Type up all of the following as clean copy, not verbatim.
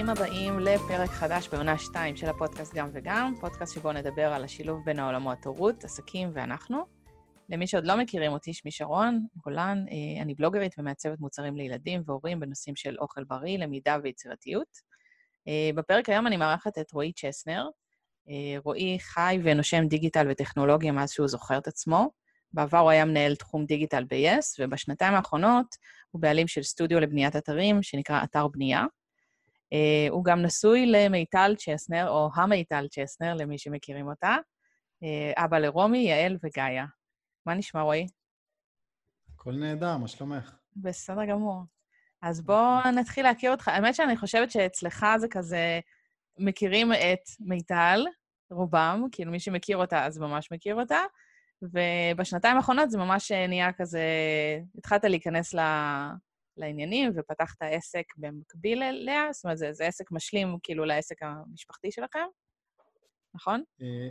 הבאים לפרק חדש בעונה 2 של הפודקאסט גם וגם, פודקאסט שבו נדבר על השילוב בין העולמות הורות, עסקים ואנחנו. למי שעוד לא מכירים אותי, שמי שרון גולן, אני בלוגרית ומעצבת מוצרים לילדים והורים בנושאים של אוכל בריא, למידה ויצירתיות. בפרק היום אני מארחת את רועי צ'סנר. רועי חי ונושם דיגיטל וטכנולוגיה מאז שהוא זוכר את עצמו. בעבר הוא היה מנהל תחום דיגיטל ב-yes, ובשנתיים האחרונות הוא בעלים של סטודיו לבניית אתרים, שנקרא אתר בנייה. הוא גם נשוי למיטל צ'סנר, או המיטל צ'סנר, למי שמכירים אותה. אבא לרומי, יעל וגאיה. מה נשמע, רועי? הכל נהדר, מה שלומך? בסדר גמור. אז בואו נתחיל להכיר אותך. האמת שאני חושבת שאצלך זה כזה, מכירים את מיטל, רובם, כאילו מי שמכיר אותה אז ממש מכיר אותה, ובשנתיים האחרונות זה ממש נהיה כזה, התחלת להיכנס לעניינים ופתחת עסק במקביל אליה, זאת אומרת, זה עסק משלים כאילו לעסק המשפחתי שלכם, נכון?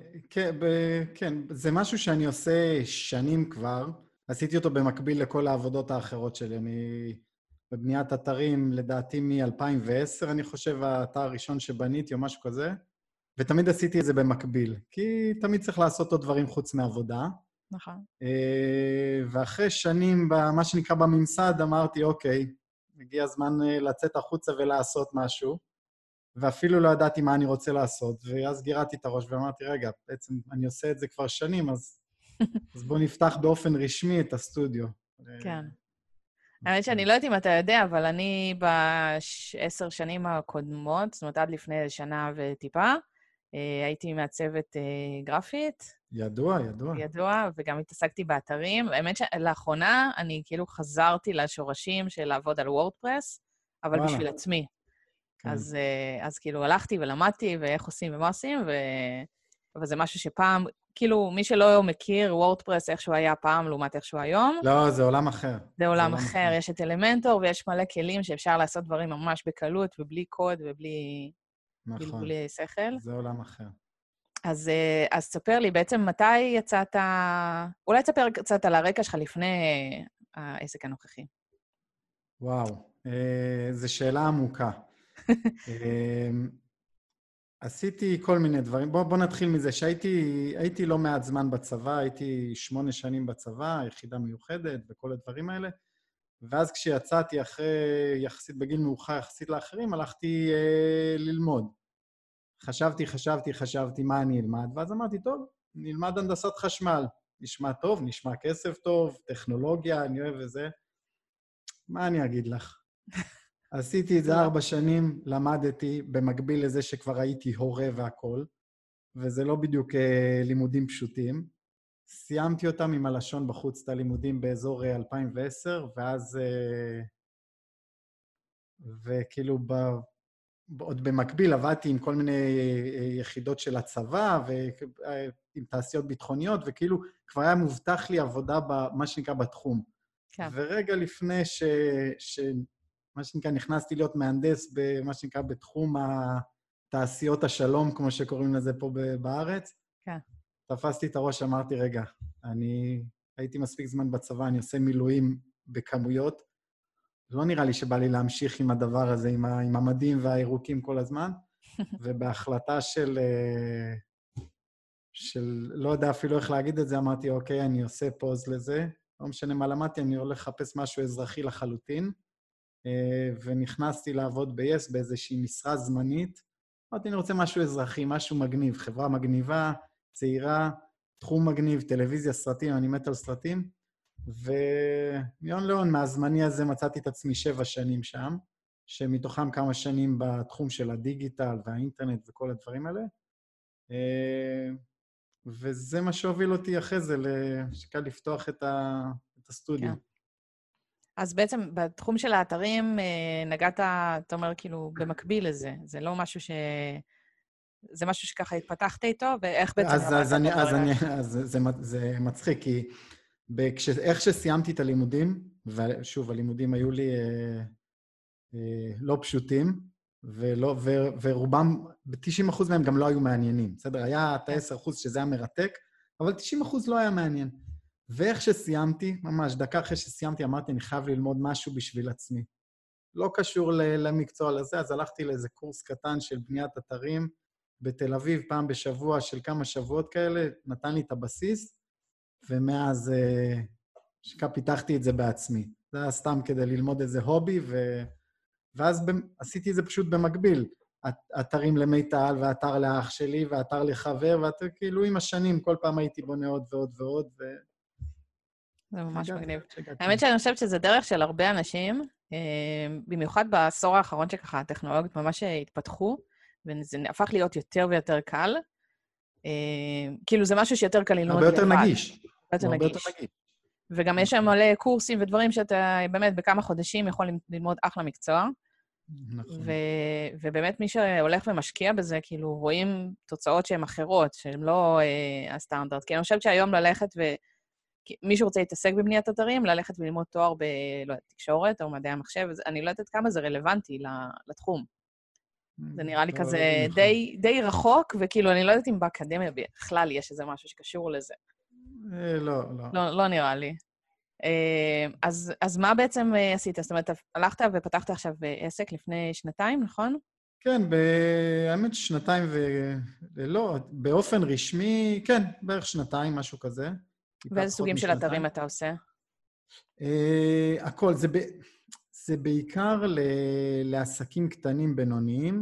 כן, זה משהו שאני עושה שנים כבר. עשיתי אותו במקביל לכל העבודות האחרות שלי. אני בבניית אתרים, לדעתי מ-2010, אני חושב, האתר הראשון שבניתי או משהו כזה, ותמיד עשיתי את זה במקביל, כי תמיד צריך לעשות עוד דברים חוץ מעבודה. נכון. ואחרי שנים, מה שנקרא בממסד, אמרתי, אוקיי, הגיע הזמן לצאת החוצה ולעשות משהו, ואפילו לא ידעתי מה אני רוצה לעשות, ואז גירדתי את הראש ואמרתי, רגע, בעצם אני עושה את זה כבר שנים, אז בוא נפתח באופן רשמי את הסטודיו. כן. האמת שאני לא יודעת אם אתה יודע, אבל אני ב10 שנים הקודמות, זאת אומרת, עד לפני שנה וטיפה, הייתי מעצבת גרפית. ידוע, וגם התעסקתי באתרים. האמת שלאחרונה אני כאילו חזרתי לשורשים של לעבוד על וורדפרס, אבל בשביל עצמי. אז כאילו הלכתי ולמדתי ואיך עושים ומה עושים, אבל זה משהו שפעם, כאילו מי שלא מכיר וורדפרס איך שהוא היה פעם לעומת איך שהוא היום. לא, זה עולם אחר. זה עולם אחר, יש את אלמנטור ויש מלא כלים שאפשר לעשות דברים ממש בקלות ובלי קוד ובלי בלבולי שכל. זה עולם אחר. אז תספר לי, בעצם מתי יצאת, אולי תספר קצת על הרקע שלך לפני העסק הנוכחי. וואו, זו שאלה עמוקה. עשיתי כל מיני דברים. בוא נתחיל מזה, שהייתי לא מעט זמן בצבא, הייתי 8 שנים בצבא, יחידה מיוחדת וכל הדברים האלה, ואז כשיצאתי אחרי, יחסית בגיל מאוחר, יחסית לאחרים, הלכתי ללמוד. חשבתי מה אני אלמד, ואז אמרתי, טוב, נלמד הנדסת חשמל. נשמע טוב, נשמע כסף טוב, טכנולוגיה, אני אוהב וזה. מה אני אגיד לך? עשיתי את זה 4 שנים, למדתי במקביל לזה שכבר הייתי הורה והכל, וזה לא בדיוק לימודים פשוטים. סיימתי אותם עם הלשון בחוץ את הלימודים באזור 2010, ואז, וכאילו עוד במקביל עבדתי עם כל מיני יחידות של הצבא, ועם תעשיות ביטחוניות, וכאילו כבר היה מובטח לי עבודה במה שנקרא בתחום. כן. ורגע לפני מה שנקרא, נכנסתי להיות מהנדס במה שנקרא בתחום התעשיות השלום, כמו שקוראים לזה פה בארץ. כן. תפסתי את הראש, אמרתי, רגע, אני הייתי מספיק זמן בצבא, אני עושה מילואים בכמויות, לא נראה לי שבא לי להמשיך עם הדבר הזה, עם המדים והירוקים כל הזמן, ובהחלטה של לא יודע אפילו איך להגיד את זה, אמרתי, אוקיי, אני עושה פוז לזה, לא משנה מה למדתי, אני הולך לחפש משהו אזרחי לחלוטין, ונכנסתי לעבוד ב-yes באיזושהי משרה זמנית. אמרתי, אני רוצה משהו אזרחי, משהו מגניב, חברה מגניבה, צעירה, תחום מגניב, טלוויזיה, סרטים, אני מת על סרטים, ומיון לאון, מהזמני הזה מצאתי את עצמי 7 שנים שם, שמתוכם כמה שנים בתחום של הדיגיטל והאינטרנט וכל הדברים האלה, וזה מה שהוביל אותי אחרי זה, שקל לפתוח את הסטודיו. כן. אז בעצם בתחום של האתרים נגעת, אתה אומר, כאילו, במקביל לזה. זה לא משהו זה משהו שככה התפתחת איתו, ואיך בעצם אז זה מצחיק, כי איך שסיימתי את הלימודים, ושוב, הלימודים היו לי לא פשוטים, ורובם, ב-90% מהם גם לא היו מעניינים. בסדר, היה את ה-10% שזה היה מרתק, אבל 90% לא היה מעניין. ואיך שסיימתי, ממש דקה אחרי שסיימתי, אמרתי, אני חייב ללמוד משהו בשביל עצמי. לא קשור למקצוע לזה, אז הלכתי לאיזה קורס קטן של בניית אתרים בתל אביב, פעם בשבוע של כמה שבועות כאלה, נתן לי את הבסיס, ומאז פיתחתי את זה בעצמי. זה היה סתם כדי ללמוד איזה הובי, ואז עשיתי את זה פשוט במקביל. אתרים למיטל, ואתר לאח שלי, ואתר לחבר, וכאילו עם השנים, כל פעם הייתי בונה עוד ועוד ועוד, זה ממש מגניב. האמת שאני חושבת שזה דרך של הרבה אנשים, במיוחד בעשור האחרון שככה הטכנולוגיות ממש התפתחו, וזה הפך להיות יותר ויותר קל. כאילו זה משהו שיותר קל ללמוד לבד. הרבה יותר נגיש. הרבה יותר נגיש. וגם יש שם מלא קורסים ודברים שאתה באמת בכמה חודשים יכול ללמוד אחלה מקצוע. נכון. ובאמת מי שהולך ומשקיע בזה, כאילו רואים תוצאות שהן אחרות, שהן לא הסטנדרט. כי אני חושבת שהיום ללכת מי שרוצה להתעסק בבניית אתרים, ללכת וללמוד תואר בתקשורת או מדעי המחשב, אני לא יודעת כמה זה רלוונטי לתחום. זה נראה לי כזה די רחוק, וכאילו אני לא יודעת אם באקדמיה בכלל יש איזה משהו שקשור לזה. לא נראה לי. אז מה בעצם עשית? זאת אומרת, הלכת ופתחת עכשיו עסק לפני שנתיים, נכון? כן, האמת שנתיים לא, באופן רשמי, כן, בערך שנתיים, משהו כזה. ואיזה סוגים של אתרים אתה עושה? הכל, זה בעיקר לעסקים קטנים בינוניים.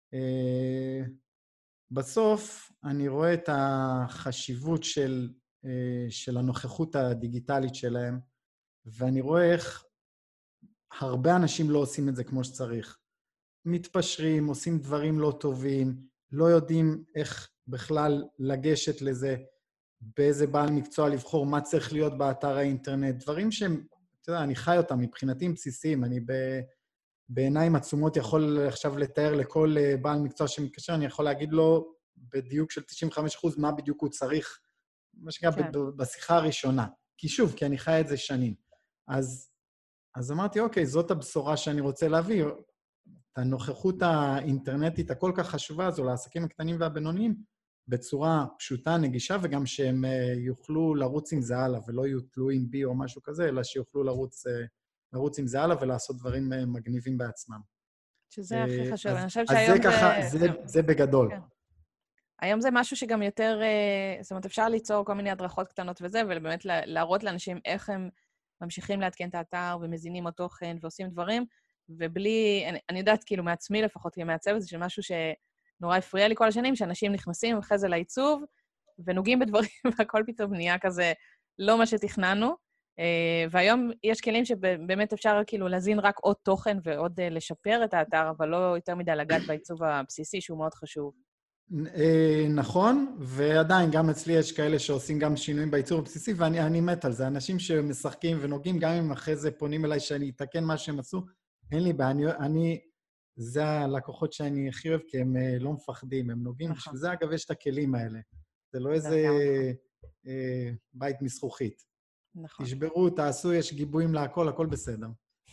בסוף אני רואה את החשיבות של הנוכחות הדיגיטלית שלהם, ואני רואה איך הרבה אנשים לא עושים את זה כמו שצריך. מתפשרים, עושים דברים לא טובים, לא יודעים איך בכלל לגשת לזה, באיזה בעל מקצוע לבחור, מה צריך להיות באתר האינטרנט, דברים שהם, אתה יודע, אני חי אותם מבחינתיים בסיסיים, אני בעיניים עצומות יכול עכשיו לתאר לכל בעל מקצוע שמתקשר, אני יכול להגיד לו בדיוק של 95% מה בדיוק הוא צריך, מה שקרה בשיחה הראשונה. כי שוב, כי אני חי את זה שנים. אז אמרתי, אוקיי, זאת הבשורה שאני רוצה להביא, הנוכחות האינטרנטית הכל כך חשובה הזו לעסקים הקטנים והבינוניים, בצורה פשוטה, נגישה, וגם שהם יוכלו לרוץ עם זה הלאה, ולא יהיו תלויים בי או משהו כזה, אלא שיוכלו לרוץ עם זה הלאה ולעשות דברים מגניבים בעצמם. שזה הכי חשוב. אני חושבת שהיום זה בגדול. היום זה משהו שגם יותר, זאת אומרת, אפשר ליצור כל מיני הדרכות קטנות וזה, ובאמת להראות לאנשים איך הם ממשיכים להתקן את האתר ומזינים עוד תוכן ועושים דברים, ובלי, אני יודעת כאילו מעצמי לפחות, כי מעצבת זה משהו שנורא הפריע לי כל השנים, שאנשים נכנסים אחרי זה לעיצוב, ונוגעים בדברים, והכל פתאום נהיה כזה לא מה שתכננו. והיום יש כלים שבאמת אפשר כאילו להזין רק עוד תוכן ועוד לשפר את האתר, אבל לא יותר מדי לגעת בעיצוב הבסיסי, שהוא מאוד חשוב. נכון, ועדיין גם אצלי יש כאלה שעושים גם שינויים בעיצוב הבסיסי, ואני מת על זה. אנשים שמשחקים ונוגעים, גם אם אחרי זה פונים אליי שאני אתקן מה שהם עשו, אין לי בעיה. זה הלקוחות שאני הכי אוהב, כי הם לא מפחדים, הם נוגעים. בשביל זה, אגב, יש את הכלים האלה. זה לא איזה בית מזכוכית. נכון. תשברו, תעשו, יש גיבויים להכל, הכל בסדר.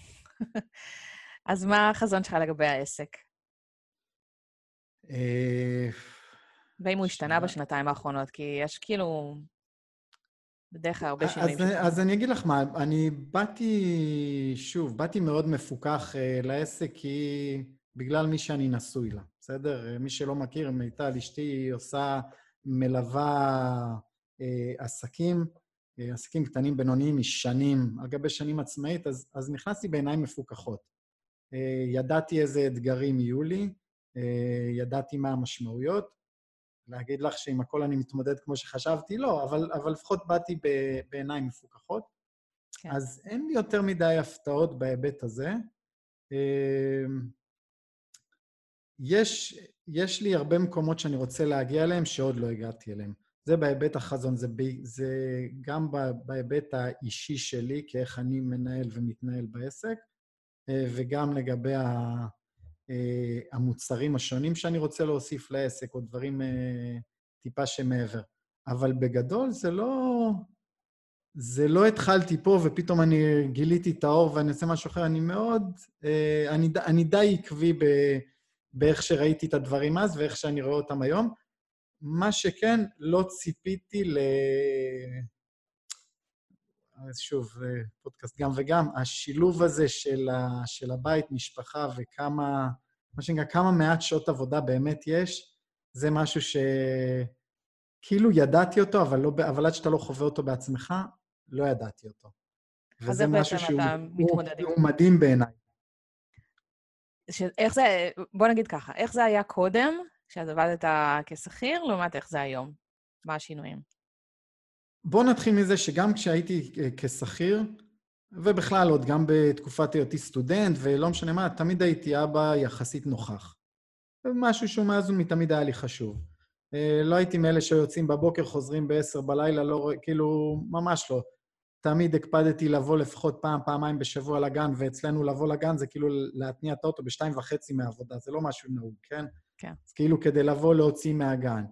אז מה החזון שלך לגבי העסק? ואם הוא השתנה בשנתיים האחרונות, כי יש כאילו בדרך כלל הרבה שינויים. אז אני אגיד לך מה, אני באתי מאוד מפוקח לעסק, כי בגלל מי שאני נשוי לה, בסדר? מי שלא מכיר, מיטל אשתי עושה מלווה עסקים קטנים בינוניים משנים, על גבי שנים עצמאית, אז נכנסתי בעיניים מפוקחות. ידעתי איזה אתגרים יהיו לי, ידעתי מה המשמעויות, להגיד לך שעם הכל אני מתמודד כמו שחשבתי, לא, אבל לפחות באתי בעיניים מפוקחות. כן. אז אין לי יותר מדי הפתעות בהיבט הזה. יש לי הרבה מקומות שאני רוצה להגיע אליהם, שעוד לא הגעתי אליהם. זה בהיבט החזון, זה גם בהיבט האישי שלי, כאיך אני מנהל ומתנהל בעסק, וגם לגבי המוצרים השונים שאני רוצה להוסיף לעסק, או דברים טיפה שמעבר. אבל בגדול זה לא התחלתי פה, ופתאום אני גיליתי את האור ואני עושה משהו אחר. אני די עקבי באיך שראיתי את הדברים אז, ואיך שאני רואה אותם היום. מה שכן, לא ציפיתי אז שוב, זה פודקאסט גם וגם, השילוב הזה של הבית, משפחה וכמה, מה שנקרא, כמה מעט שעות עבודה באמת יש, זה משהו שכאילו ידעתי אותו, אבל עד שאתה לא חווה אותו בעצמך, לא ידעתי אותו. אז וזה איך משהו בעצם שהוא אתה מתמודד עם זה? מדהים בעיניי. איך זה, בוא נגיד ככה, איך זה היה קודם, כשאת עבדת כשכיר, לעומת איך זה היום? מה השינויים? בוא נתחיל מזה שגם כשהייתי כשכיר, ובכלל עוד גם בתקופת היותי סטודנט, ולא משנה מה, תמיד הייתי אבא יחסית נוכח. משהו שהוא מאז ומתמיד היה לי חשוב. לא הייתי מאלה שיוצאים בבוקר, חוזרים ב-10 בלילה, לא, כאילו, ממש לא. תמיד הקפדתי לבוא לפחות פעם, פעמיים בשבוע לגן, ואצלנו לבוא לגן זה כאילו להתניע את האוטו ב2:30 מהעבודה, זה לא משהו נהוג, כן? כן. אז כאילו כדי לבוא להוציא מהגן.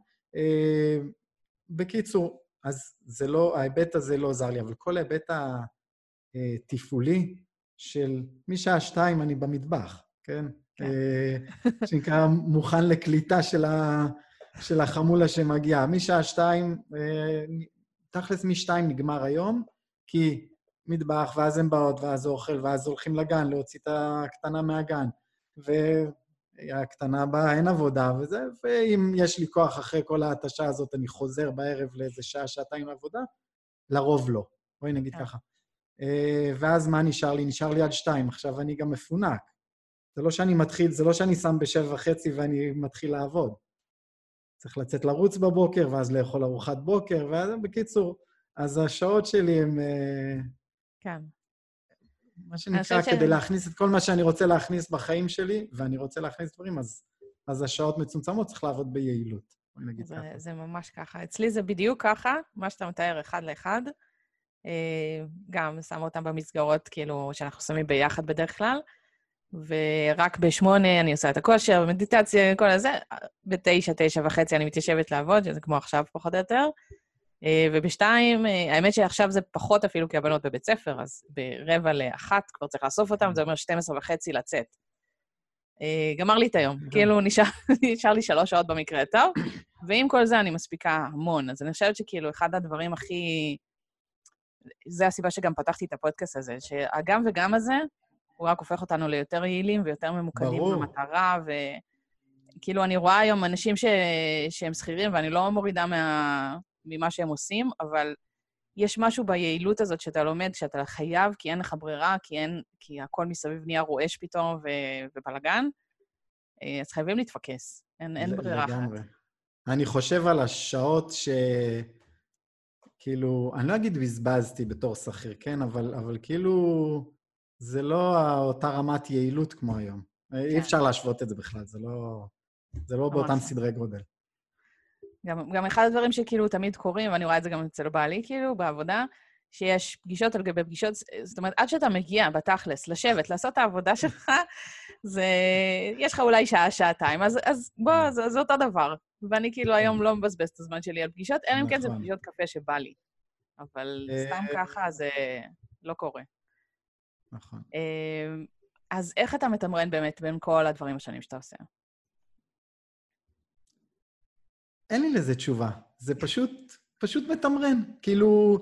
בקיצור, אז זה לא, ההיבט הזה לא עזר לי, אבל כל ההיבט התפעולי של משעה 2 אני במטבח, כן? שנקרא מוכן לקליטה של החמולה שמגיעה. משעה 2, תכלס מ2 נגמר היום, כי מטבח, ואז הם באות, ואז אוכל, ואז הולכים לגן, להוציא את הקטנה מהגן. והקטנה באה, אין עבודה וזה, ואם יש לי כוח אחרי כל ההתשה הזאת, אני חוזר בערב לאיזה שעה, שעתיים לעבודה, לרוב לא. בואי נגיד ככה. ואז מה נשאר לי? נשאר לי עד 2. עכשיו אני גם מפונק. זה לא שאני מתחיל, זה לא שאני שם ב7:30 ואני מתחיל לעבוד. צריך לצאת לרוץ בבוקר, ואז לאכול ארוחת בוקר, ואז בקיצור, אז השעות שלי הם... כן. מה שנקרא, כדי להכניס את כל מה שאני רוצה להכניס בחיים שלי, ואני רוצה להכניס דברים, אז השעות מצומצמות, צריך לעבוד ביעילות. בואי נגיד ככה. זה ממש ככה. אצלי זה בדיוק ככה, מה שאתה מתאר אחד לאחד. גם שמה אותם במסגרות, כאילו, שאנחנו שמים ביחד בדרך כלל, ורק ב8 אני עושה את הכושר, מדיטציה, כל הזה, ב9, 9:30 אני מתיישבת לעבוד, שזה כמו עכשיו פחות או יותר, וב2, האמת שעכשיו זה פחות אפילו כי הבנות בבית ספר, אז ב12:45 כבר צריך לאסוף אותם, זה אומר 12:30 לצאת. גמר לי את היום, כאילו נשאר לי 3 שעות במקרה הטוב, ועם כל זה אני מספיקה המון, אז אני חושבת שכאילו אחד הדברים הכי... זה הסיבה שגם פתחתי את הפודקאסט הזה, שהגם וגם הזה, הוא רק הופך אותנו ליותר יעילים ויותר ממוקדים במטרה, וכאילו אני רואה היום אנשים שהם שכירים, ואני לא מורידה ממה שהם עושים, אבל יש משהו ביעילות הזאת שאתה לומד, שאתה חייב, כי אין לך ברירה, כי הכל מסביב נהיה רועש פתאום ובלגן, אז חייבים להתפקס, אין ברירה אחת. אני חושב על השעות כאילו, אני לא אגיד בזבזתי בתור שכיר, כן? אבל כאילו, זה לא אותה רמת יעילות כמו היום. אי אפשר להשוות את זה בכלל, זה לא באותם סדרי גודל. גם אחד הדברים שכאילו תמיד קורים, ואני רואה את זה גם אצל בעלי, כאילו, בעבודה, שיש פגישות על גבי פגישות, זאת אומרת, עד שאתה מגיע בתכלס, לשבת, לעשות את העבודה שלך, יש לך אולי שעה, שעתיים, אז בוא, זה אותו דבר. ואני כאילו היום לא מבזבז את הזמן שלי על פגישות, אלא אם כן זה פגישות קפה שבא לי. אבל סתם ככה זה לא קורה. נכון. אז איך אתה מתמרן באמת בין כל הדברים השונים שאתה עושה? אין לי לזה תשובה. זה פשוט מתמרן. כאילו,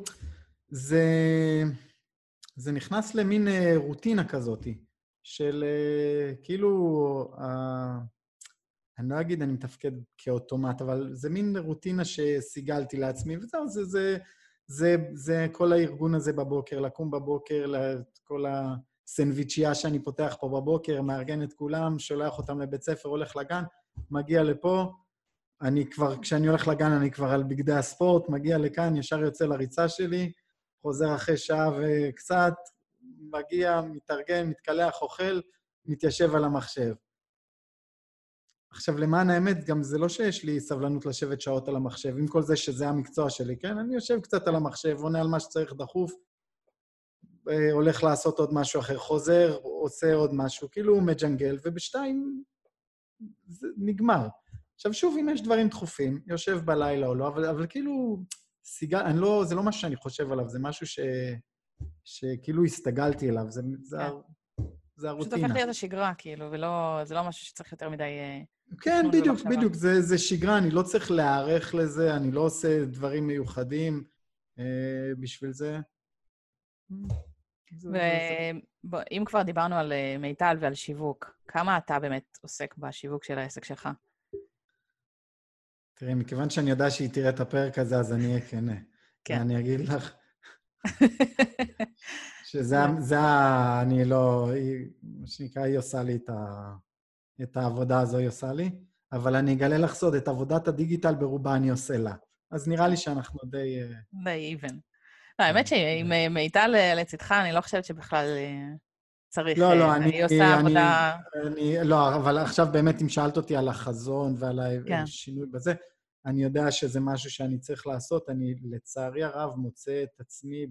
זה נכנס למין רוטינה כזאת, של כאילו, אני לא אגיד, אני מתפקד כאוטומט, אבל זה מין רוטינה שסיגלתי לעצמי, וזהו, זה כל הארגון הזה בבוקר, לקום בבוקר, כל הסנדוויצ'יה שאני פותח פה בבוקר, מארגן את כולם, שולח אותם לבית ספר, הולך לגן, מגיע לפה, כשאני הולך לגן, אני כבר על בגדי הספורט, מגיע לכאן, ישר יוצא לריצה שלי, חוזר אחרי שעה וקצת, מגיע, מתארגן, מתקלח, אוכל, מתיישב על המחשב. עכשיו, למען האמת, גם זה לא שיש לי סבלנות לשבת שעות על המחשב, עם כל זה שזה המקצוע שלי, כן? אני יושב קצת על המחשב, עונה על מה שצריך דחוף, הולך לעשות עוד משהו אחר, חוזר, עושה עוד משהו, כאילו הוא מג'נגל, ובשתיים זה נגמר. עכשיו, שוב, אם יש דברים דחופים, יושב בלילה או לא, אבל כאילו, זה לא משהו שאני חושב עליו, זה משהו שכאילו הסתגלתי אליו, זה הרוטינה. פשוט הופך להיות השגרה, כאילו, וזה לא משהו שצריך יותר מדי... כן, בדיוק, זה שגרה, אני לא צריך להיערך לזה, אני לא עושה דברים מיוחדים בשביל זה. ואם כבר דיברנו על מיטל ועל שיווק, כמה אתה באמת עוסק בשיווק של העסק שלך? תראי, מכיוון שאני יודע שהיא תראה את הפרק הזה, אז אני אהיה כנה. כן. ואני אגיד לך אני לא, מה שנקרא, היא עושה לי את העבודה הזו, היא עושה לי, אבל אני אגלה לך סוד, את עבודת הדיגיטל ברובה אני עושה לה. אז נראה לי שאנחנו די... די even. לא, האמת שעם מיטל לצדך, אני לא חושבת שבכלל צריך... לא, היא עושה עבודה... לא, אבל עכשיו באמת, אם שאלת אותי על החזון ועל השינוי בזה, אני יודע שזה משהו שאני צריך לעשות. אני לצערי הרב מוצא את עצמי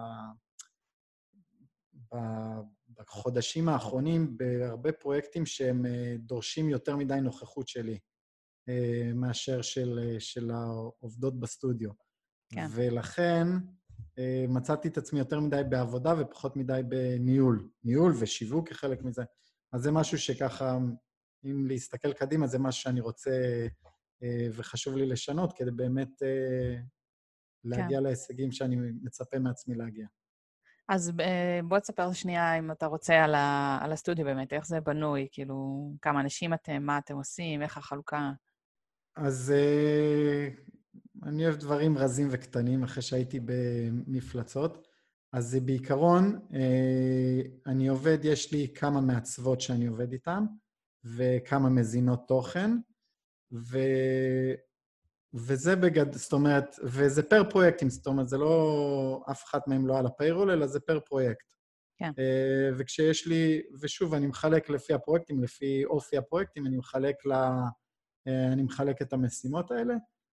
בחודשים האחרונים בהרבה פרויקטים שהם דורשים יותר מדי נוכחות שלי, מאשר של העובדות בסטודיו. כן. ולכן מצאתי את עצמי יותר מדי בעבודה ופחות מדי בניהול. ניהול ושיווק כחלק מזה. אז זה משהו שככה, אם להסתכל קדימה, זה משהו שאני רוצה וחשוב לי לשנות, כדי באמת להגיע להישגים שאני מצפה מעצמי להגיע. אז בוא תספר שנייה, אם אתה רוצה, על הסטודיו באמת, איך זה בנוי, כאילו, כמה אנשים אתם, מה אתם עושים, איך החלוקה? אז אני אוהב דברים רזים וקטנים, אחרי שהייתי במפלצות. אז בעיקרון, אני עובד, יש לי כמה מעצבות שאני עובד איתן, וכמה מזינות תוכן, וזה זאת אומרת, וזה פר פרויקטים, זאת אומרת, זה לא, אף אחת מהם לא על הפיירול, אלא זה פר פרויקט. כן. וכשיש לי, ושוב, אני מחלק לפי הפרויקטים, לפי אופי הפרויקטים, אני מחלק את המשימות האלה,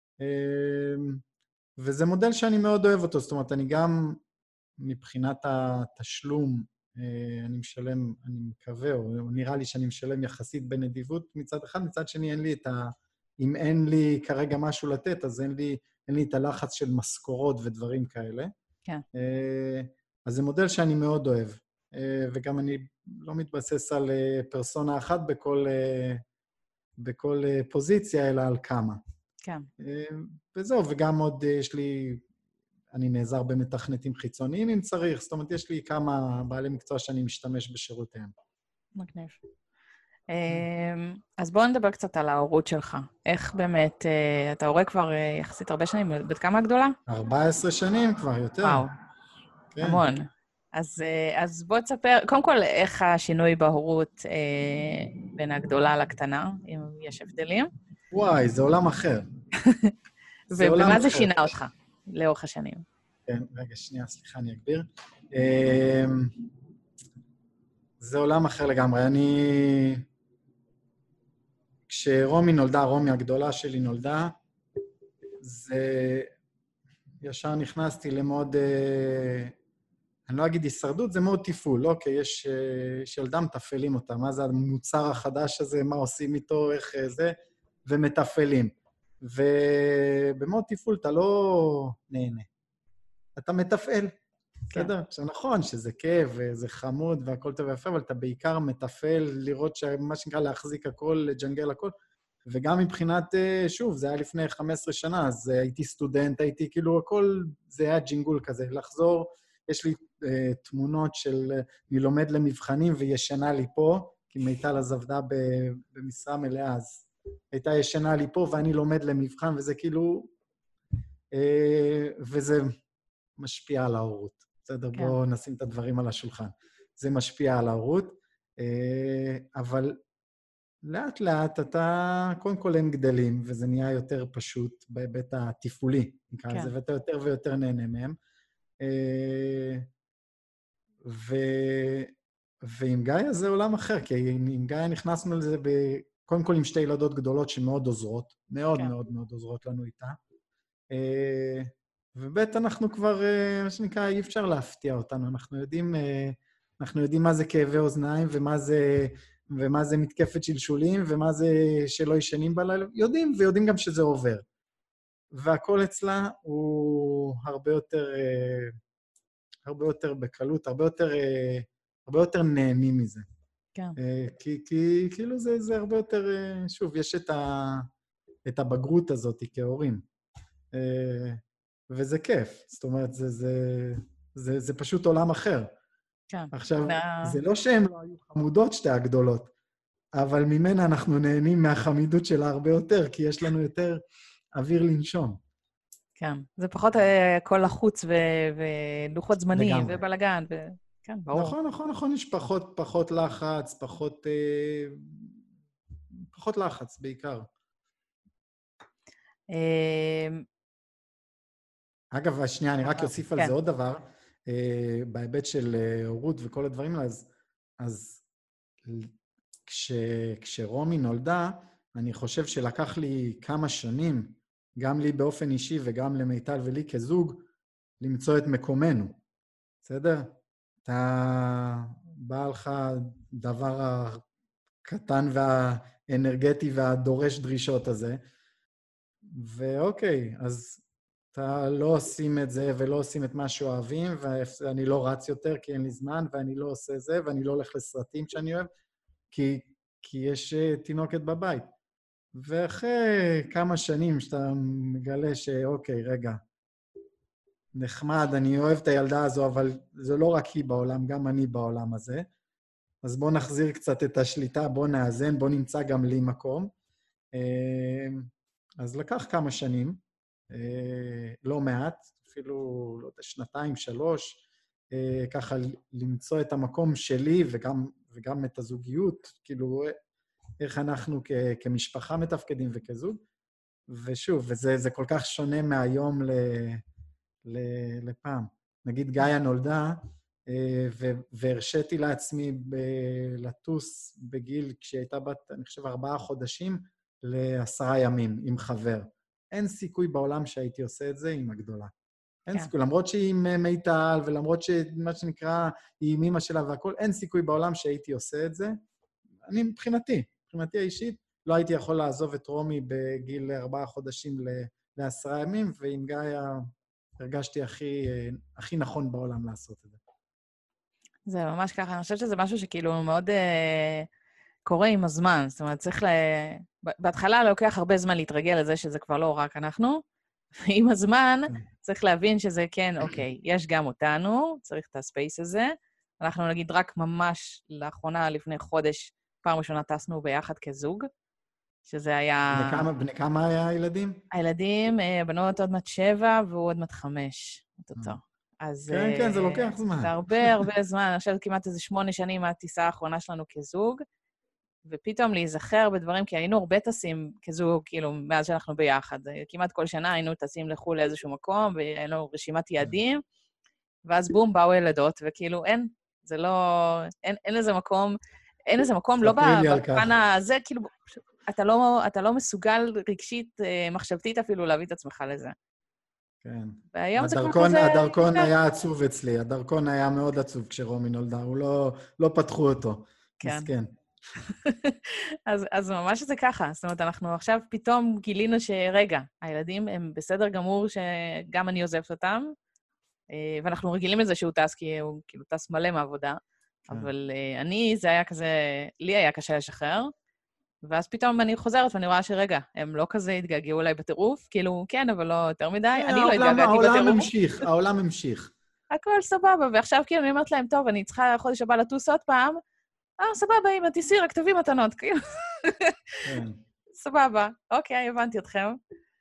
וזה מודל שאני מאוד אוהב אותו, זאת אומרת, אני גם מבחינת התשלום, אני משלם, אני מקווה, או נראה לי שאני משלם יחסית בנדיבות מצד אחד, מצד שני אין לי אם אין לי כרגע משהו לתת, אז אין לי את הלחץ של משכורות ודברים כאלה. כן. אז זה מודל שאני מאוד אוהב, וגם אני לא מתבסס על פרסונה אחת בכל פוזיציה, אלא על כמה. כן. וזהו, וגם עוד אני נעזר במתכנתים חיצוניים אם צריך, זאת אומרת, יש לי כמה בעלי מקצוע שאני משתמש בשירותיהם. מגניב. אז בואו נדבר קצת על ההורות שלך. איך באמת, אתה הורה כבר יחסית הרבה שנים, בת כמה גדולה? 14 שנים כבר, יותר. וואו, המון. אז בוא תספר, קודם כל, איך השינוי בהורות בין הגדולה לקטנה, אם יש הבדלים? וואי, זה עולם אחר. ובמה זה שינה אותך לאורך השנים? כן, רגע, שנייה, סליחה, אני אגביר. זה עולם אחר לגמרי. כשרומי נולדה, רומי הגדולה שלי נולדה, ישר נכנסתי למאוד, אני לא אגיד הישרדות, זה מאוד טיפול, אוקיי, יש ילדה מתפעלים אותה, מה זה המוצר החדש הזה, מה עושים איתו, איך זה, ומתפעלים. ובמאוד טיפול אתה לא נהנה. אתה מתפעל, בסדר? עכשיו נכון שזה כיף וזה חמוד והכל טוב ויפה, אבל אתה בעיקר מתפעל לראות מה שנקרא להחזיק הכל, לג'נגל הכל, וגם מבחינת, שוב, זה היה לפני 15 שנה, אז הייתי סטודנט, הייתי כאילו הכל, זה היה ג'ינגול כזה, לחזור, יש לי תמונות של, אני לומד למבחנים וישנה לי פה, כי מיטל אז עבדה במשרה מלאה, אז הייתה ישנה לי פה ואני לומד למבחן, וזה כאילו, וזה משפיע על ההורות. בסדר, כן. בואו נשים את הדברים על השולחן. זה משפיע על ההורות, אבל לאט לאט אתה, קודם כל הם גדלים, וזה נהיה יותר פשוט בהיבט הטיפולי, נקרא לזה, ואתה יותר ויותר נהנה מהם. ועם גיא זה עולם אחר, כי עם גיא נכנסנו לזה קודם כל עם שתי ילדות גדולות שמאוד עוזרות, מאוד מאוד מאוד עוזרות לנו איתה. ובית אנחנו כבר, מה שנקרא, אי אפשר להפתיע אותנו, אנחנו יודעים מה זה כאבי אוזניים ומה זה מתקפת שלשולים ומה זה שלא ישנים בלילה, ויודעים גם שזה עובר. והכל אצלה הוא הרבה יותר בקלות, הרבה יותר נהנים מזה. כן. כי כאילו זה הרבה יותר, שוב, יש את הבגרות הזאת כהורים. וזה כיף. זאת אומרת, זה פשוט עולם אחר. כן. עכשיו, זה לא שהן לא היו חמודות שתי הגדולות, אבל ממנה אנחנו נהנים מהחמידות שלה הרבה יותר, כי יש לנו יותר אוויר לנשום. כן, זה פחות כל לחוץ ולוחות זמנים לגמרי. ובלגן, כן, ברור. נכון, יש פחות לחץ, פחות לחץ בעיקר. אגב, השנייה, אני רק אוסיף על זה עוד דבר, בהיבט של הורות וכל הדברים האלה, אז כשרומי נולדה, אני חושב שלקח לי כמה שנים, גם לי באופן אישי וגם למיטל ולי כזוג, למצוא את מקומנו. בסדר? אתה בא לך דבר הקטן והאנרגטי והדורש דרישות הזה, ואוקיי, אז אתה לא עושים את זה ולא עושים את מה שאוהבים, ואני לא רץ יותר כי אין לי זמן, ואני לא עושה זה, ואני לא הולך לסרטים שאני אוהב, כי יש תינוקת בבית. ואחרי כמה שנים שאתה מגלה שאוקיי, רגע, נחמד, אני אוהב את הילדה הזו, אבל זה לא רק היא בעולם, גם אני בעולם הזה. אז בוא נחזיר קצת את השליטה, בוא נאזן, בוא נמצא גם לי מקום. אז לקח כמה שנים, לא מעט, אפילו, לא יודע, שנתיים, 3, ככה למצוא את המקום שלי וגם את הזוגיות, כאילו, איך אנחנו כמשפחה מתפקדים וכזוג. ושוב, וזה כל כך שונה מהיום לפעם. נגיד גאיה נולדה, והרשיתי לעצמי לטוס בגיל, כשהיא הייתה בת, אני חושב, 4 חודשים, ל10 ימים עם חבר. אין סיכוי בעולם שהייתי עושה את זה עם הגדולה. אין סיכוי, למרות שהיא עם מיטל, ולמרות שמה שנקרא, היא עם אמא שלה והכל, אין סיכוי בעולם שהייתי עושה את זה. אני מבחינתי האישית, לא הייתי יכול לעזוב את רומי בגיל 4 חודשים ל10 ימים, ועם גאיה הרגשתי הכי נכון בעולם לעשות את זה. זה ממש ככה, אני חושבת שזה משהו שכאילו מאוד קורה עם הזמן, זאת אומרת, בהתחלה לוקח הרבה זמן להתרגל לזה שזה כבר לא רק אנחנו, ועם הזמן צריך להבין שזה כן, אוקיי, יש גם אותנו, צריך את הספייס הזה. אנחנו נגיד רק ממש לאחרונה, לפני חודש, פעם ראשונה טסנו ביחד כזוג, שזה היה... בני כמה היה הילדים? הילדים, בנות עוד מעט 7 והוא עוד מעט 5, אותו. אז... כן, זה לוקח זמן. זה הרבה זמן, אני חושבת כמעט איזה 8 שנים מהטיסה האחרונה שלנו כזוג, ופתאום להיזכר בדברים, כי היינו הרבה טסים כזוג, כאילו, מאז שאנחנו ביחד. כמעט כל שנה היינו טסים לחו"ל לאיזשהו מקום, והיינו לנו רשימת יעדים, ואז בום, באו ילדות, וכאילו, זה לא... אין לזה מקום, לא בפן הזה, כאילו, אתה לא מסוגל רגשית, מחשבתית אפילו להביא את עצמך לזה. כן. והיום זה כבר כזה... הדרכון היה עצוב אצלי, הדרכון היה מאוד עצוב כשרומי נולדה, הוא לא פתחו אותו. כן. מסכן. אז ממש זה ככה, זאת אומרת, אנחנו עכשיו פתאום גילינו שרגע, הילדים הם בסדר גמור שגם אני עוזבת אותם, ואנחנו רגילים לזה שהוא טס, כי הוא כאילו טס מלא מעבודה, אבל זה היה כזה, לי היה קשה לשחרר, ואז פתאום אני חוזרת ואני רואה שרגע, הם לא כזה התגעגעו אליי בטירוף, כאילו, כן, אבל לא יותר מדי, אני לא התגעגעתי בטירוף. העולם המשיך. הכל סבבה, ועכשיו כאילו אני אומרת להם, טוב, אני צריכה חודש הבא לטוס עוד פעם, סבבה, אמא, תיסעי, רק תביא מתנות, כאילו. סבבה, אוקיי, הבנתי אתכם.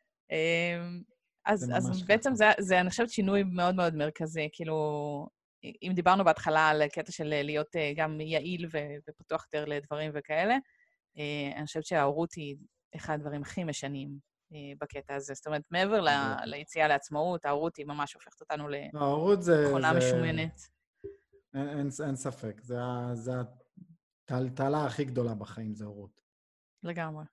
אז בעצם זה, אני חושבת, שינוי מאוד מאוד מרכזי, כאילו, אם דיברנו בהתחלה על קטע של להיות גם יעיל ופתוח יותר לדברים וכאלה, אני חושבת שההורות היא אחד הדברים הכי משנים בקטע הזה. זאת אומרת, מעבר ליציאה לעצמאות, ההורות היא ממש הופכת אותנו למכונה משומנת. אין ספק, זה הטלטלה הכי גדולה בחיים, זה הורות. לגמרי.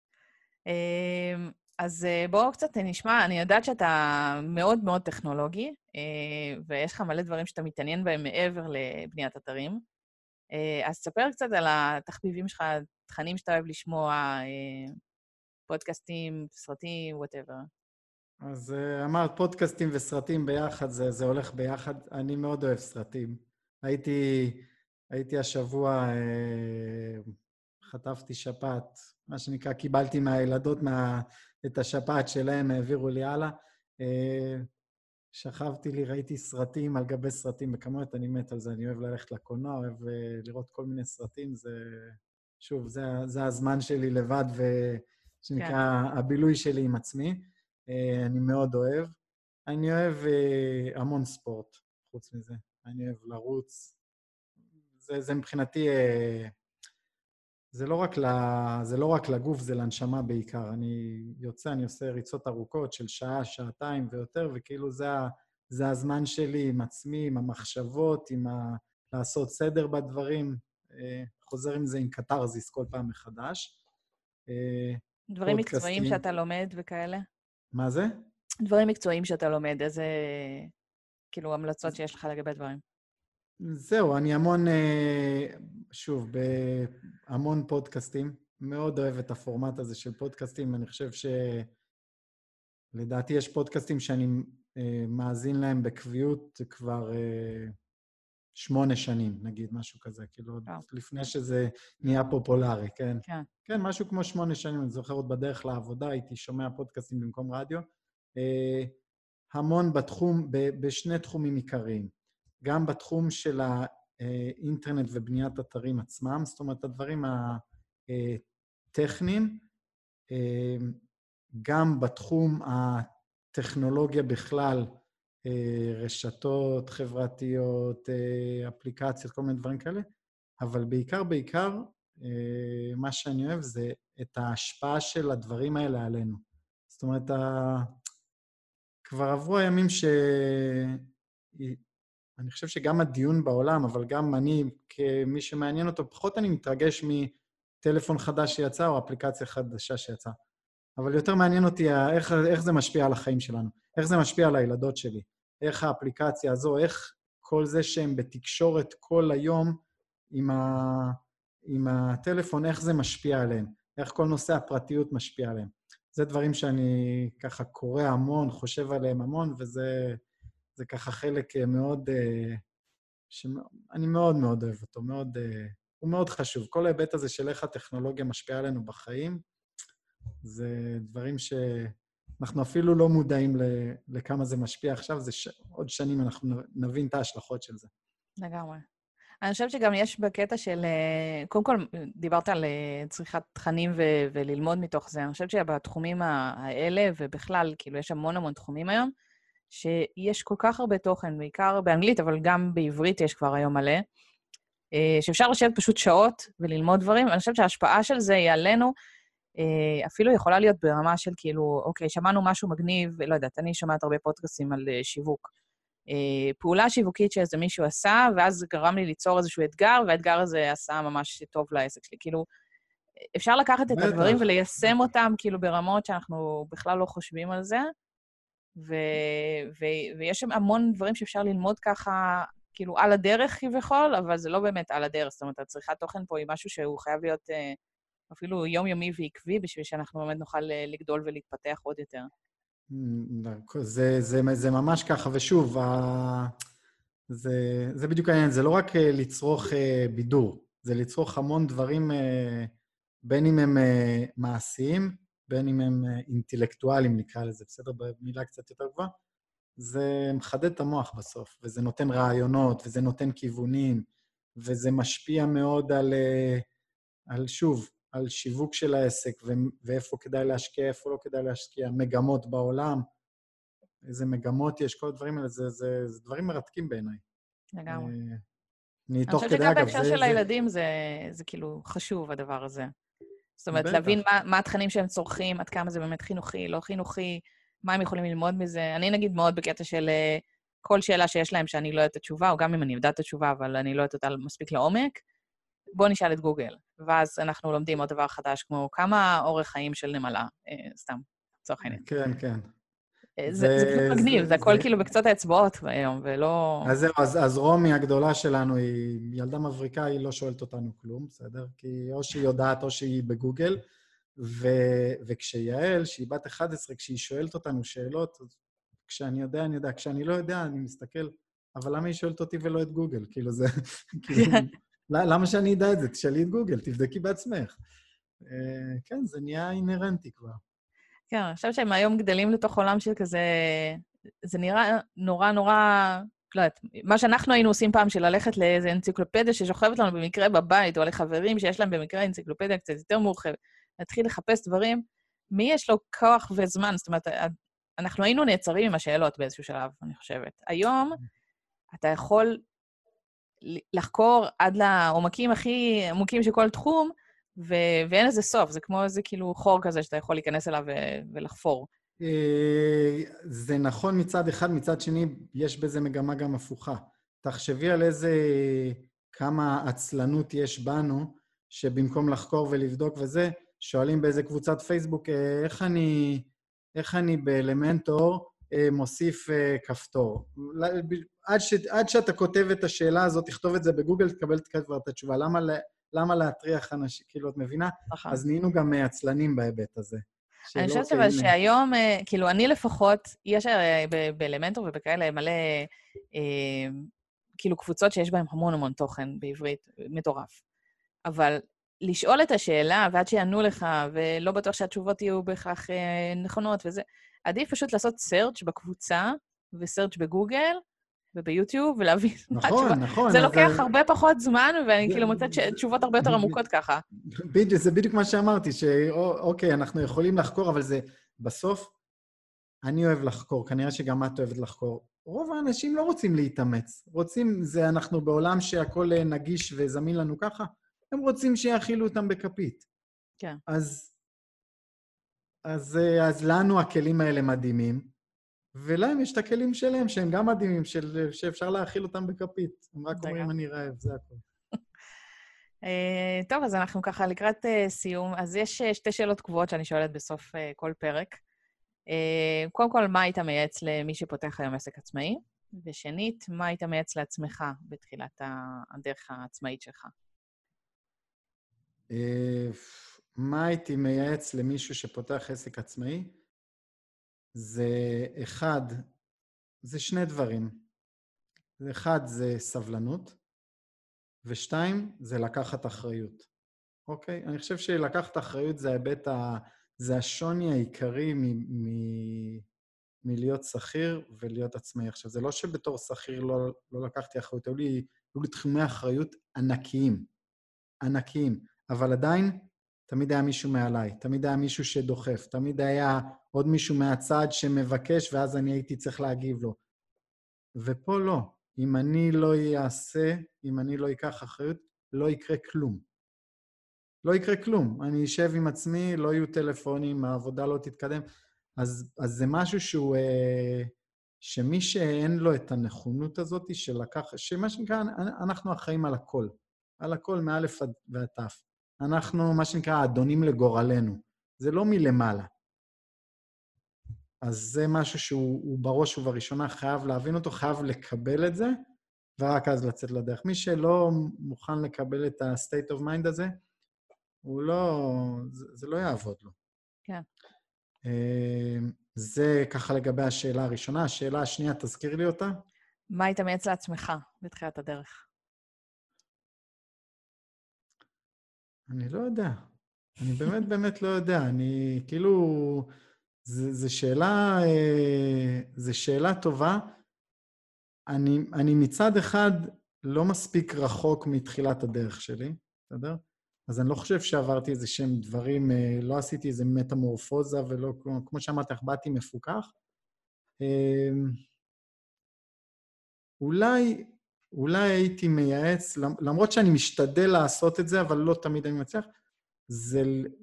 אז בואו קצת נשמע, אני יודעת שאתה מאוד מאוד טכנולוגי, ויש לך מלא דברים שאתה מתעניין בהם מעבר לבניית אתרים. אז תספר קצת על התחביבים שלך, תכנים שאתה אוהב לשמוע, פודקאסטים, סרטים, whatever. אז אמרת, פודקאסטים וסרטים ביחד, זה הולך ביחד. אני מאוד אוהב סרטים. הייתי השבוע, חטפתי שפעת, מה שנקרא, קיבלתי מהילדות את השפעת שלהם, העבירו לי הלאה. שכבתי לי, ראיתי סרטים על גבי סרטים בכמויות, אני מת על זה, אני אוהב ללכת לקולנוע, אוהב לראות כל מיני סרטים, זה, שוב, זה הזמן שלי לבד, כן. ושנקרא הבילוי שלי עם עצמי. אני מאוד אוהב. אני אוהב המון ספורט, חוץ מזה. אני אוהב לרוץ. זה מבחינתי, זה לא רק לגוף, זה לנשמה בעיקר. אני יוצא, אני עושה ריצות ארוכות של שעה, שעתיים ויותר, וכאילו זה הזמן שלי עם עצמי, עם המחשבות, לעשות סדר בדברים. חוזר עם זה עם קטרזיס כל פעם מחדש. דברים מקצועיים פודקאסטים. שאתה לומד וכאלה? מה זה? דברים מקצועיים שאתה לומד, איזה, כאילו, המלצות שיש לך לגבי דברים. זהו, אני שוב, בהמון פודקאסטים. מאוד אוהב את הפורמט הזה של פודקאסטים. אני חושב לדעתי יש פודקאסטים שאני מאזין להם בקביעות כבר 8 שנים, נגיד, משהו כזה, כאילו, לפני שזה נהיה פופולרי, כן? כן. כן, משהו כמו 8 שנים, אני זוכר עוד בדרך לעבודה, הייתי שומע פודקאסטים במקום רדיו. המון בשני תחומים עיקריים. גם בתחום של האינטרנט ובניית אתרים עצמם, זאת אומרת, הדברים הטכניים, גם בתחום הטכנולוגיה בכלל, רשתות חברתיות, אפליקציות, כל מיני דברים כאלה, אבל בעיקר, מה שאני אוהב זה את ההשפעה של הדברים האלה עלינו. זאת אומרת, כבר עברו הימים אני חושב שגם הדיון בעולם, אבל גם אני, כמי שמעניין אותו, פחות אני מתרגש מטלפון חדש שיצא או אפליקציה חדשה שיצאה. אבל יותר מעניין אותי איך זה משפיע על החיים שלנו, איך זה משפיע על הילדות שלי, איך האפליקציה הזו, איך כל זה שהם בתקשורת כל היום עם הטלפון, איך זה משפיע עליהם, איך כל נושא הפרטיות משפיע עליהם. זה דברים שאני ככה קורא המון, חושב עליהם המון, זה ככה חלק מאוד, שאני מאוד מאוד אוהב אותו, הוא מאוד חשוב. כל ההיבט הזה של איך הטכנולוגיה משפיעה עלינו בחיים, זה דברים שאנחנו אפילו לא מודעים לכמה זה משפיע עכשיו, עוד שנים אנחנו נבין את ההשלכות של זה. לגמרי. אני חושבת שגם יש בקטע של, קודם כל, דיברת על צריכת תכנים וללמוד מתוך זה. אני חושבת שבתחומים האלה, ובכלל, כאילו, יש המון תחומים היום, שיש כל כך הרבה תוכן, בעיקר באנגלית, אבל גם בעברית יש כבר היום מלא, שאפשר לשבת פשוט שעות וללמוד דברים. אני חושבת שההשפעה של זה היא עלינו, אפילו יכולה להיות ברמה של כאילו, אוקיי, שמענו משהו מגניב, לא יודעת, אני שומעת הרבה פודקאסטים על שיווק. פעולה שיווקית שאיזה מישהו עשה, ואז זה גרם לי ליצור איזשהו אתגר, והאתגר הזה עשה ממש טוב לעסק שלי. כאילו, אפשר לקחת את הדברים וליישם אותם כאילו ברמות שאנחנו בכלל לא חושבים על זה, ויש שם המון דברים שאפשר ללמוד ככה, כאילו על הדרך כביכול, אבל זה לא באמת על הדרך. זאת אומרת, הצריכת תוכן פה היא משהו שהוא חייב להיות אפילו יומיומי ועקבי, בשביל שאנחנו באמת נוכל לגדול ולהתפתח עוד יותר. זה ממש ככה, ושוב, זה בדיוק העניין, זה לא רק לצרוך בידור, זה לצרוך המון דברים, בין אם הם מעשיים, בין אם הם אינטלקטואליים, נקרא לזה, בסדר? במילה קצת יותר גבוהה. זה מחדד את המוח בסוף, וזה נותן רעיונות, וזה נותן כיוונים, וזה משפיע מאוד על שיווק של העסק, ואיפה כדאי להשקיע, איפה לא כדאי להשקיע, מגמות בעולם, איזה מגמות יש, כל הדברים האלה, זה דברים מרתקים בעיניי. לגמרי. אני חושבת שגם בהקשר של הילדים זה כאילו חשוב, הדבר הזה. זאת אומרת, להבין מה התכנים שהם צורכים, עד כמה זה באמת חינוכי, לא חינוכי, מה הם יכולים ללמוד מזה. אני נגיד מאוד בקטע של כל שאלה שיש להם שאני לא יודעת את התשובה, או גם אם אני יודעת את התשובה, אבל אני לא יודעת אותה מספיק לעומק, בוא נשאל את גוגל. ואז אנחנו לומדים עוד דבר חדש, כמו כמה אורך חיים של נמלה, סתם, צורך העניין. כן, כן. זה פשוט מגניב, זה הכל כאילו בקצות האצבעות היום, ולא... אז זהו, אז רומי הגדולה שלנו היא ילדה מבריקה, היא לא שואלת אותנו כלום, בסדר? כי או שהיא יודעת או שהיא בגוגל, וכשיעל, שהיא בת 11, כשהיא שואלת אותנו שאלות, כשאני יודע, אני יודע, כשאני לא יודע, אני מסתכל, אבל למה היא שואלת אותי ולא את גוגל? כאילו זה... למה שאני אדע את זה? תשאלי את גוגל, תבדקי בעצמך. כן, זה נהיה אינרנטי כבר. כן, אני חושבת שהם היום גדלים לתוך עולם של כזה זה נראה נורא, לא יודעת, מה שאנחנו היינו עושים פעם, של ללכת לאיזה אנציקלופדיה ששוכבת לנו במקרה בבית, או לחברים שיש להם במקרה אנציקלופדיה קצת יותר מורחבת, להתחיל לחפש דברים, מי יש לו כוח וזמן? זאת אומרת, אנחנו היינו נעצרים עם השאלות באיזשהו שלב, אני חושבת. היום אתה יכול לחקור עד לעומקים הכי עמוקים של כל תחום, ואין לזה סוף, זה כמו איזה כאילו חור כזה שאתה יכול להיכנס אליו ולחפור. זה נכון מצד אחד, מצד שני, יש בזה מגמה גם הפוכה. תחשבי על כמה עצלנות יש בנו, שבמקום לחקור ולבדוק וזה, שואלים באיזה קבוצת פייסבוק, איך אני באלמנטור מוסיף כפתור. עד שאתה כותב את השאלה הזאת, תכתוב את זה בגוגל, תקבל כבר את התשובה. למה להטריח אנשים? כאילו, את מבינה? אז נהיינו גם עצלנים בהיבט הזה. אני חושבת אבל שהיום, כאילו, אני לפחות, יש באלמנטור ובכאלה מלא, כאילו, קבוצות שיש בהן המון תוכן בעברית, מטורף. אבל לשאול את השאלה, ועד שיענו לך, ולא בטוח שהתשובות יהיו בהכרח נכונות וזה, עדיף פשוט לעשות סרצ' בקבוצה, וסרצ' בגוגל, וביוטיוב, ולהבין מה התשובה. נכון. זה לוקח הרבה פחות זמן, ואני כאילו מוצאת תשובות הרבה יותר עמוקות ככה. זה בדיוק מה שאמרתי, שאוקיי, אנחנו יכולים לחקור, אבל זה בסוף, אני אוהב לחקור, כנראה שגם את אוהבת לחקור. רוב האנשים לא רוצים להתאמץ. אנחנו בעולם שהכל נגיש וזמין לנו ככה, הם רוצים שיאכילו אותם בכפית. כן. אז לנו הכלים האלה מדהימים, ולהם יש את הכלים שלהם, שהם גם מדהימים, שאפשר להאכיל אותם בכפית. הם רק אומרים, אני רעב, זה הכל. טוב, אז אנחנו ככה לקראת סיום. אז יש שתי שאלות קבועות שאני שואלת בסוף כל פרק. קודם כל, מה היית מייעץ למי שפותח היום עסק עצמאי? ושנית, מה היית מייעץ לעצמך בתחילת הדרך העצמאית שלך? מה הייתי מייעץ למישהו שפותח עסק עצמאי? זה שני דברים. אחד זה סבלנות, ושתיים זה לקחת אחריות. אוקיי? אני חושב שלקחת אחריות זה זה השוני העיקרי מלהיות שכיר ולהיות עצמאי. עכשיו, זה לא שבתור שכיר לא לקחתי אחריות, היו לי תחומי אחריות ענקיים, אבל עדיין תמיד היה מישהו מעליי, תמיד היה מישהו שדוחף, תמיד היה עוד מישהו מהצד שמבקש, ואז אני הייתי צריך להגיב לו. ופה לא. אם אני לא אעשה, אם אני לא אקח אחריות, לא יקרה כלום. לא יקרה כלום. אני אשב עם עצמי, לא יהיו טלפונים, העבודה לא תתקדם. אז זה משהו שמי שאין לו את הנכונות הזאת שמה שנקרא, אנחנו אחראים על הכל מאלף ועד תף. אנחנו, מה שנקרא, אדונים לגורלנו. זה לא מלמעלה. אז זה משהו שהוא בראש ובראשונה חייב להבין אותו, חייב לקבל את זה, ורק אז לצאת לדרך. מי שלא מוכן לקבל את ה-state of mind הזה, זה לא יעבוד לו. כן. זה ככה לגבי השאלה הראשונה. השאלה השנייה, תזכיר לי אותה. מה היית מייעץ לעצמך בתחילת הדרך? אני לא יודע. אני באמת לא יודע. אני כאילו... זו שאלה טובה. אני מצד אחד לא מספיק רחוק מתחילת הדרך שלי, בסדר? אז אני לא חושב שעברתי איזה שהם דברים, לא עשיתי איזה מטמורפוזה ולא, כמו שאמרתי, באתי מפוקח. אולי הייתי מייעץ, למרות שאני משתדל לעשות את זה, אבל לא תמיד אני מצליח, זה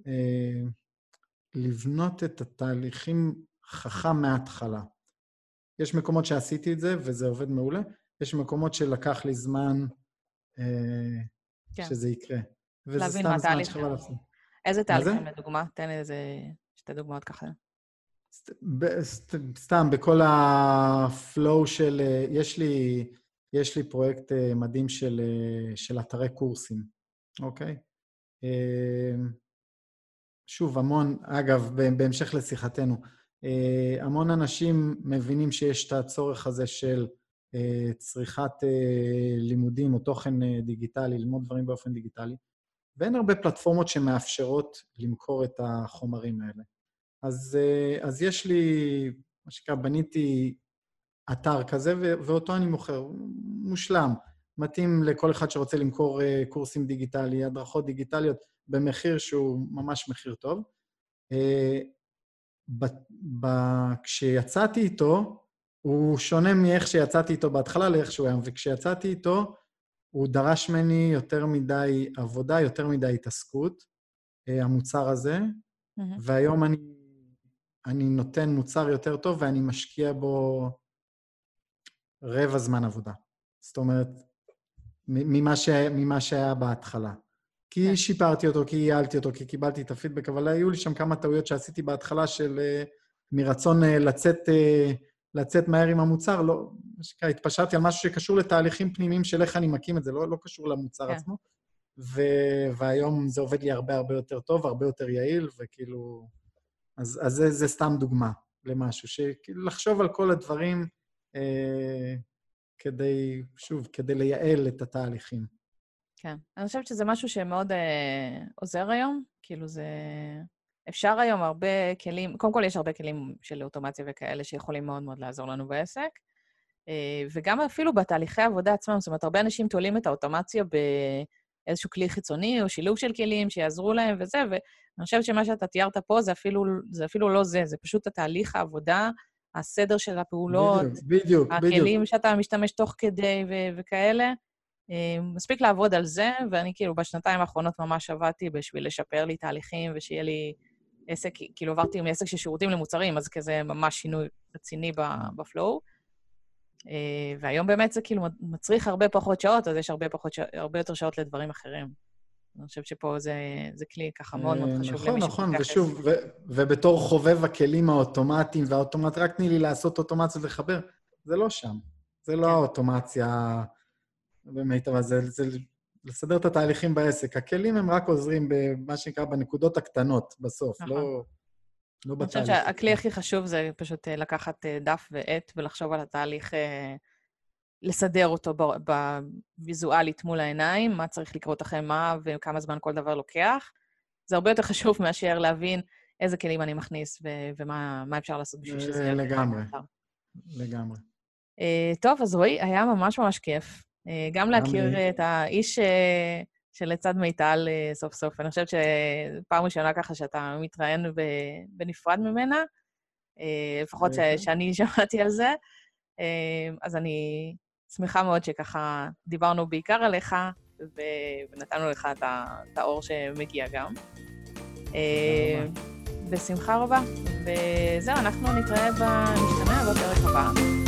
לבנות את התהליכים חכם מההתחלה. יש מקומות שעשיתי את זה, וזה עובד מעולה. יש מקומות שלקח לי זמן שזה יקרה. וזה סתם זמן שחבל לעשות. איזה תהליכים לדוגמה? תן לי איזה שתי דוגמאות ככה. סתם, בכל הפלואו של... יש לי פרויקט מדהים של אתרי קורסים, אוקיי? שוב, אגב, בהמשך לשיחתנו, המון אנשים מבינים שיש את הצורך הזה של צריכת לימודים או תוכן דיגיטלי, ללמוד דברים באופן דיגיטלי, ואין הרבה פלטפורמות שמאפשרות למכור את החומרים האלה. אז יש לי, מה שנקרא, בניתי אתר כזה, ואותו אני מוכר. מושלם. מתאים לכל אחד שרוצה למכור קורסים דיגיטליים, הדרכות דיגיטליות, במחיר שהוא ממש מחיר טוב. כשיצאתי איתו, הוא שונה מאיך שיצאתי איתו בהתחלה לאיך שהוא היום, וכשיצאתי איתו, הוא דרש ממני יותר מדי עבודה, יותר מדי התעסקות, המוצר הזה, והיום אני נותן מוצר יותר טוב, ואני משקיע בו רבע זמן עבודה. זאת אומרת, ממה שהיה בהתחלה. כי שיפרתי אותו, כי ייעלתי אותו, כי קיבלתי את הפידבק, אבל היו לי שם כמה טעויות שעשיתי בהתחלה של מרצון לצאת מהר עם המוצר, לא, התפשטתי על משהו שקשור לתהליכים פנימיים של איך אני מקים את זה, לא קשור למוצר עצמו, והיום זה עובד לי הרבה הרבה יותר טוב, הרבה יותר יעיל, וכאילו, אז זה סתם דוגמה למשהו, לחשוב על כל הדברים כדי לייעל את התהליכים. כן, אני חושבת שזה משהו שמאוד עוזר היום, כאילו זה... אפשר היום הרבה כלים, קודם כל יש הרבה כלים של אוטומציה וכאלה שיכולים מאוד מאוד לעזור לנו בעסק, וגם אפילו בתהליכי העבודה עצמם, זאת אומרת, הרבה אנשים תולים את האוטומציה באיזשהו כלי חיצוני או שילוב של כלים שיעזרו להם וזה, ואני חושבת שמה שאתה תיארת פה זה אפילו לא זה, זה פשוט התהליך העבודה, הסדר של הפעולות, בדיוק. הכלים שאתה משתמש תוך כדי וכאלה. מספיק לעבוד על זה, ואני כאילו בשנתיים האחרונות ממש עבדתי בשביל לשפר לי תהליכים, ושיהיה לי עסק, כאילו עברתי מעסק של שירותים למוצרים, אז כזה ממש שינוי רציני בפלואו. והיום באמת זה כאילו מצריך הרבה פחות שעות, אז יש הרבה יותר שעות לדברים אחרים. אני חושבת שפה זה כלי ככה מאוד מאוד חשוב למי נכון, ושוב, ובתור חובב הכלים האוטומטיים, והאוטומט, רק תני לי לעשות אוטומציה ולחבר, זה לא שם. זה לא האוטומציה... באמת, אבל זה לסדר את התהליכים בעסק. הכלים הם רק עוזרים במה שנקרא בנקודות הקטנות בסוף, לא בתהליך. אני חושבת שהכלי הכי חשוב זה פשוט לקחת דף ועט ולחשוב על התהליך, לסדר אותו בוויזואלית מול העיניים, מה צריך לקרות אחרי מה וכמה זמן כל דבר לוקח. זה הרבה יותר חשוב מאשר להבין איזה כלים אני מכניס ומה אפשר לעשות בשביל שזה... לגמרי. טוב, אז רועי, היה ממש ממש כיף. גם להכיר את האיש שלצד מיטל סוף סוף. אני חושבת שפעם ראשונה ככה שאתה מתראיין בנפרד ממנה, לפחות שאני שמעתי על זה. אז אני שמחה מאוד שככה דיברנו בעיקר עליך, ונתנו לך את האור שמגיע גם. בשמחה רבה. וזהו, אנחנו נתראה במשתמע בפרק הבא.